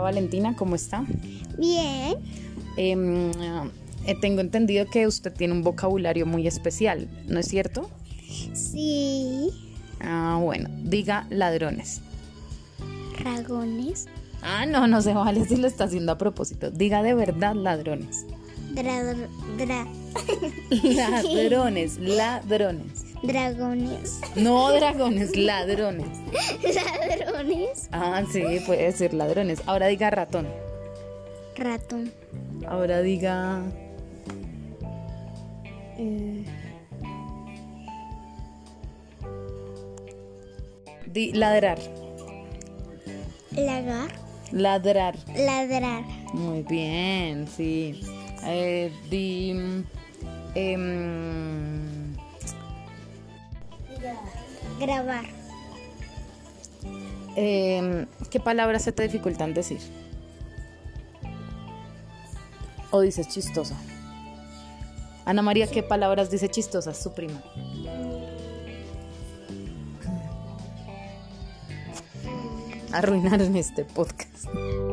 Valentina, ¿cómo está? Bien. Tengo entendido que usted tiene un vocabulario muy especial, ¿no es cierto? Sí. Bueno, diga ladrones. Dragones. No se vale si lo está haciendo a propósito. Diga de verdad ladrones. Ladrones. Dragones. No dragones, ladrones. Ladrones. Sí, puede decir ladrones. Ahora diga ratón. Ratón. Ahora diga... ladrar. Lagar. Ladrar. Ladrar. Muy bien, sí. Grabar. ¿Qué palabras se te dificultan decir? ¿O dices chistosa? Ana María, ¿qué palabras dice chistosa su prima? Arruinaron este podcast.